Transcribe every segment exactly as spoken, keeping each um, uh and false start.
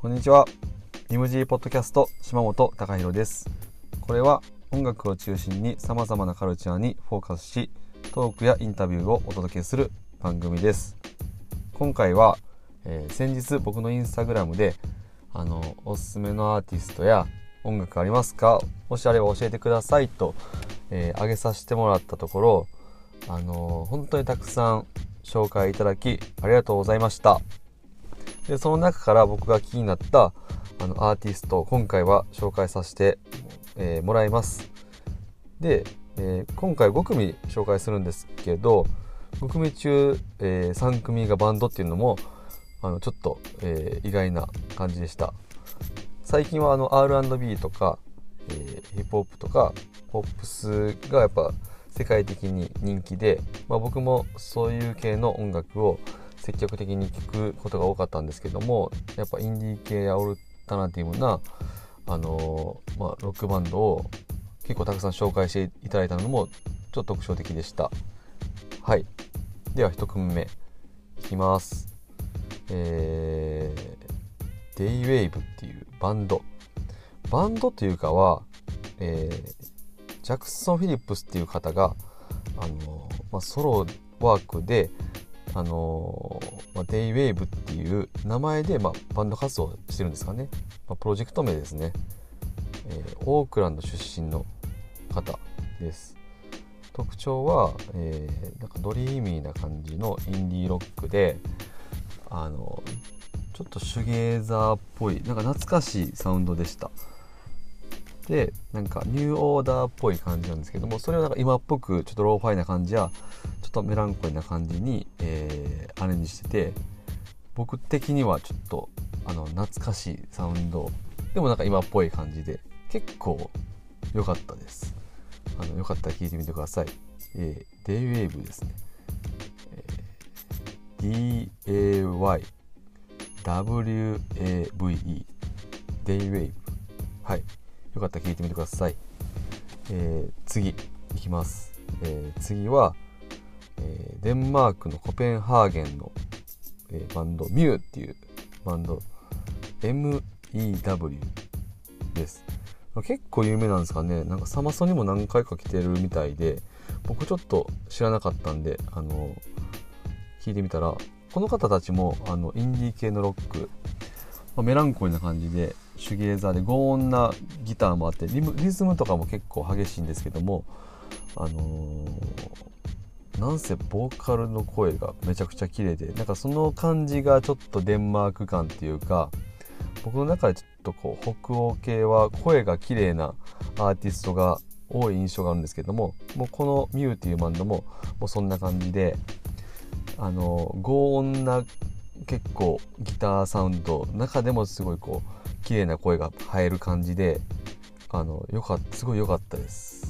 こんにちは。ビムジーポッドキャスト島本貴弘です。これは音楽を中心に様々なカルチャーにフォーカスし、トークやインタビューをお届けする番組です。今回は、えー、先日僕のインスタグラムであのおすすめのアーティストや音楽ありますか、もしあれば教えてくださいと、えー、上げさせてもらったところ、あのー、本当にたくさん紹介いただきありがとうございました。でその中から僕が気になったあのアーティストを今回は紹介させて、えー、もらいます。で、えー、今回ごくみ紹介するんですけど、ごくみ中、えー、さんくみがバンドっていうのもあのちょっと、えー、意外な感じでした。最近はあの アールアンドビー とか、えー、ヒップホップとかポップスがやっぱ世界的に人気で、まあ、僕もそういう系の音楽を積極的に聴くことが多かったんですけども、やっぱインディー系やオルタナティブな、あのーまあ、ロックバンドを結構たくさん紹介していただいたのもちょっと特徴的でした。はい、ではいち組目いきます。えー、デイウェイブっていうバンドバンドというかは、えー、ジャクソン・フィリップスっていう方が、あのーまあ、ソロワークであのーまあ、デイウェイブっていう名前で、まあ、バンド活動してるんですかね、まあ、プロジェクト名ですね、えー、オークランド出身の方です。特徴は、えー、なんかドリーミーな感じのインディーロックで、あのちょっとシュゲーザーっぽい、なんか懐かしいサウンドでした。でなんかニューオーダーっぽい感じなんですけども、それをなんか今っぽくちょっとローファイな感じやちょっとメランコリーな感じに、えー、アレンジしてて、僕的にはちょっとあの懐かしいサウンドでもなんか今っぽい感じで結構良かったです。あのよかったら聞いてみてください。えー、デイウェーブですね、えー、ディーエーワイダブリューエーブイイー デイウェーブ、はい、よかったら聞いてみてください。えー、次いきます。えー、次は、えー、デンマークのコペンハーゲンの、えー、バンドミューっていうバンド エムイーダブリュー です。結構有名なんですかね。なんかサマソにも何回か来てるみたいで、僕ちょっと知らなかったんであの聞いてみたら、この方たちもあのインディー系のロック、まあ、メランコリーな感じでシュゲーザーでゴ音なギターもあって、 リ, リズムとかも結構激しいんですけども、あのー、なんせボーカルの声がめちゃくちゃ綺麗で、なんかその感じがちょっとデンマーク感っていうか、僕の中でちょっとこう北欧系は声が綺麗なアーティストが多い印象があるんですけども、もうこのミューっていうバンドももうそんな感じで、あのゴ音な結構ギターサウンド中でもすごいこう綺麗な声が入る感じで、あのよかったすごい良かったです。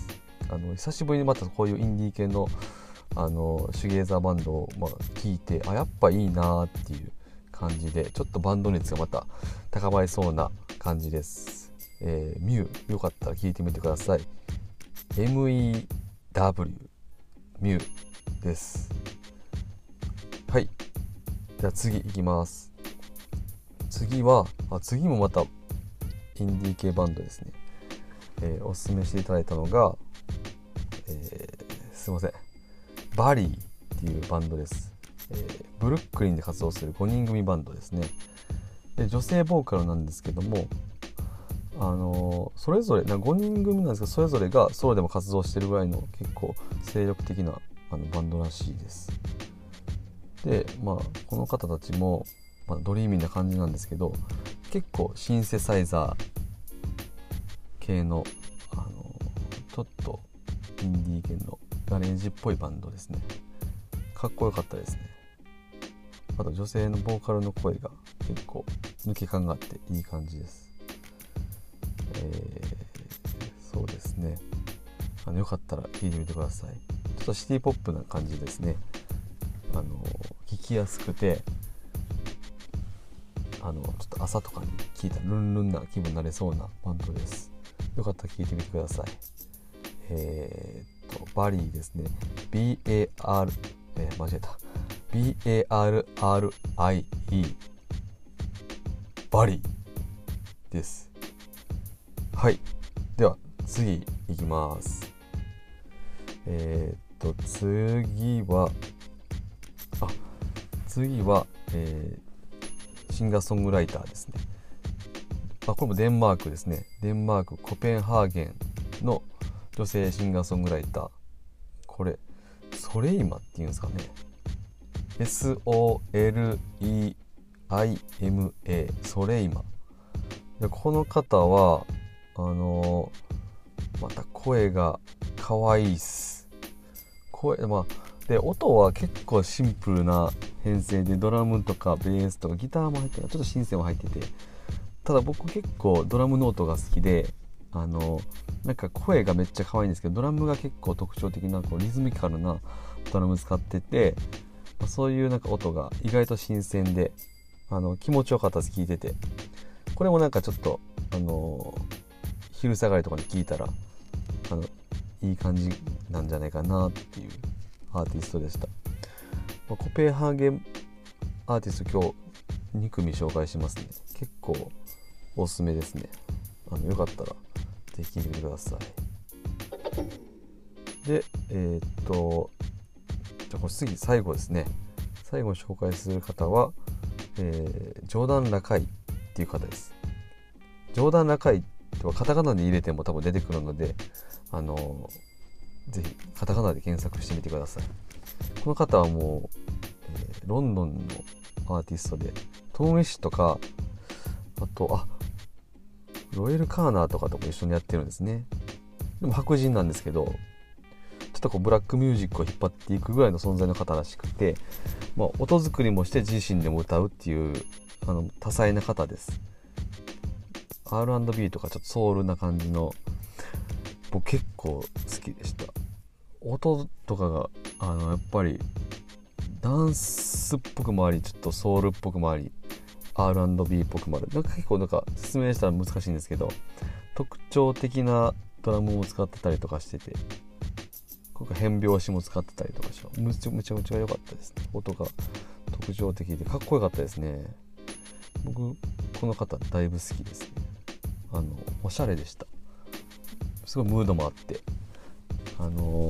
あの久しぶりにまたこういうインディー系のあのシュゲーザーバンドを、まあ、聞いて、あやっぱいいなっていう感じで、ちょっとバンド熱がまた高まりそうな感じです。えー、ミューよかったら聞いてみてください。 エムイーダブリュー ミューです。はい、じゃあ次いきます。次はあ次もまたインディー系バンドですね。えー、おすすめしていただいたのが、えー、すいませんバリーっていうバンドです。えー、ブルックリンで活動するごにん組バンドですね。で女性ボーカルなんですけども、あのー、それぞれなごにん組なんですけど、それぞれがソロでも活動してるぐらいの結構精力的なあのバンドらしいです。でまあこの方たちも、まあ、ドリーミーな感じなんですけど、結構シンセサイザー系の、あのちょっとインディー系のガレージっぽいバンドですね。かっこよかったですね。あと女性のボーカルの声が結構抜け感があっていい感じです。えー、そうですね、あのよかったら聴いてみてください。ちょっとシティポップな感じですね。あの聴きやすくて、あのちょっと朝とかに聴いたらルンルンな気分になれそうなバンドです。よかったら聴いてみてください。えー、っとバリーですね。 ビーエーアール、えー、間違えた ビーエーアールアールアイイー バリーです。はい、では次いきます。えー、っと次はあ次は、えー、シンガーソングライターですね。あ、これもデンマークですね。デンマークコペンハーゲンの女性シンガーソングライター、これソレイマっていうんですかね。 エスオーエルイーアイエムエー ソレイマで、この方はあのー、また声が可愛いっす。声、まあで音は結構シンプルな編成で、ドラムとかベースとかギターも入ってる、ちょっとシンセも入ってて、ただ僕結構ドラムの音が好きで、あのなんか声がめっちゃ可愛いんですけど、ドラムが結構特徴的なこうリズミカルなドラム使ってて、そういうなんか音が意外と新鮮で、あの気持ちよかったです、聞いてて。これもなんかちょっとあの昼下がりとかに聞いたらあのいい感じなんじゃないかなっていうアーティストでした。コペンハーゲンアーティスト今日に組紹介しますね。結構おすすめですね。あのよかったらぜひ聴いてみてください。でえー、っとじゃあこれ次最後ですね。最後に紹介する方は、えー、ジョーダン・ラカイっていう方です。ジョーダン・ラカイってはカタカナで入れても多分出てくるので、あのー、ぜひカタカナで検索してみてください。この方はもう、えー、ロンドンのアーティストで、トム・ウィッシュとか、あとあロエル・カーナーとかとも一緒にやってるんですね。でも白人なんですけど、ちょっとこうブラックミュージックを引っ張っていくぐらいの存在の方らしくて、まあ、音作りもして自身でも歌うっていうあの多彩な方です。 アールアンドビー とかちょっとソウルな感じの、僕結構好きでした。音とかがあのやっぱりダンスっぽくもあり、ちょっとソウルっぽくもあり、 アールアンドビー っぽくもある。なんか結構なんか説明したら難しいんですけど、特徴的なドラムを使ってたりとかしてて、今回変拍子も使ってたりとかしよう。むちゃむちゃむちゃ良かったですね。音が特徴的でかっこよかったですね。僕この方だいぶ好きですね。あのおしゃれでした。すごいムードもあって、あの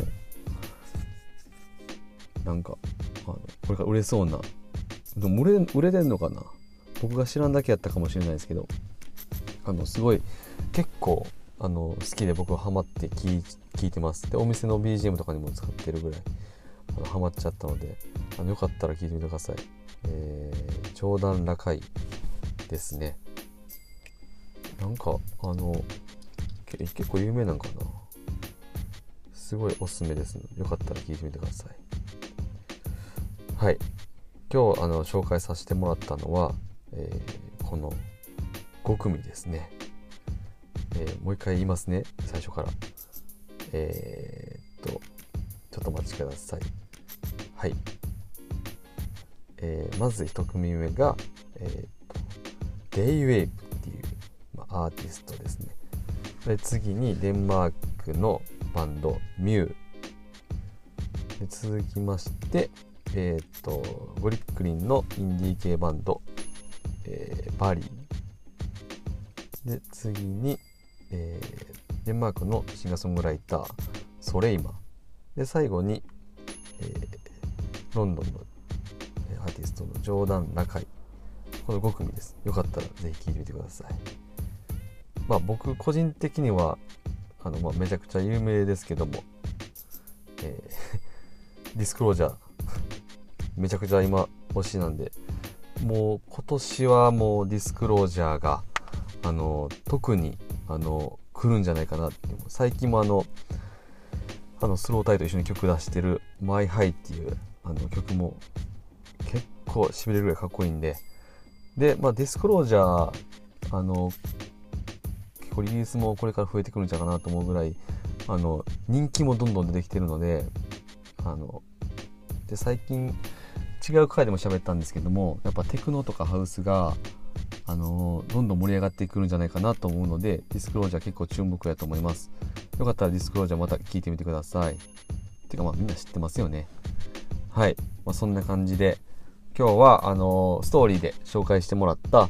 なんかあのこれから売れそうな、でも売れ売れてんのかな、僕が知らんだけやったかもしれないですけど、あのすごい結構あの好きで僕はハマって聞い、聞いてます。でお店の ビージーエム とかにも使ってるぐらいあのハマっちゃったので、あのよかったら聞いてみてください。えー、ジョーダン・ラカイですね。なんかあの結構有名なんかな、すごいおすすめですので、よかったら聞いてみてください。はい、今日あの紹介させてもらったのは、えー、このご組ですね。えー、もう一回言いますね、最初から。えー、っとちょっとお待ちください。はい、えー、まず一組目が、えー、っとデイウェーブっていう、まあ、アーティストですね。で次にデンマークのバンドミューで、続きましてえー、っとブリックリンのインディー系バンド、えー、バリーで、次に、えー、デンマークのシンガーソングライターソレイマで、最後に、えー、ロンドンのアーティストのジョーダン・ラカイ、このご組です。よかったらぜひ聴いてみてください。まあ僕個人的にはあの、まあ、めちゃくちゃ有名ですけども、えー、ディスクロージャーめちゃくちゃ今推しなんで、もう今年はもうディスクロージャーがあの特にあの来るんじゃないかなって。最近もあのあのスロータイと一緒に曲出してるマイハイっていうあの曲も結構しびれるぐらいかっこいいんで、で、まあ、ディスクロージャーあの結構リリースもこれから増えてくるんじゃないかなと思うぐらいあの人気もどんどん出てきてるので、あので最近違う回でも喋ったんですけども、やっぱテクノとかハウスがあのどんどん盛り上がってくるんじゃないかなと思うので、ディスクロージャー結構注目やと思います。よかったらディスクロージャーまた聞いてみてください。てかまあみんな知ってますよね。はい、まあ、そんな感じで今日はあのストーリーで紹介してもらった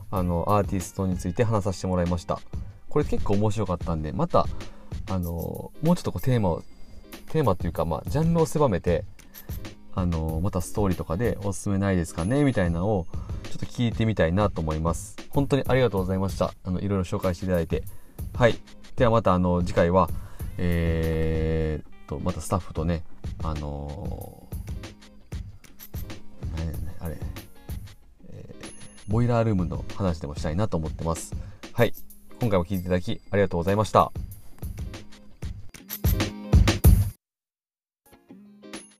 あのアーティストについて話させてもらいました。これ結構面白かったんで、またあのもうちょっとこうテーマをテーマというか、まあジャンルを狭めて、あのまたストーリーとかでおすすめないですかねみたいなのをちょっと聞いてみたいなと思います。本当にありがとうございました。あのいろいろ紹介していただいて、はい。ではまたあの次回はえー、っとまたスタッフとね、あのー、ね、あれ、えー、ボイラールームの話でもしたいなと思ってます。はい。今回も聞いていただきありがとうございました。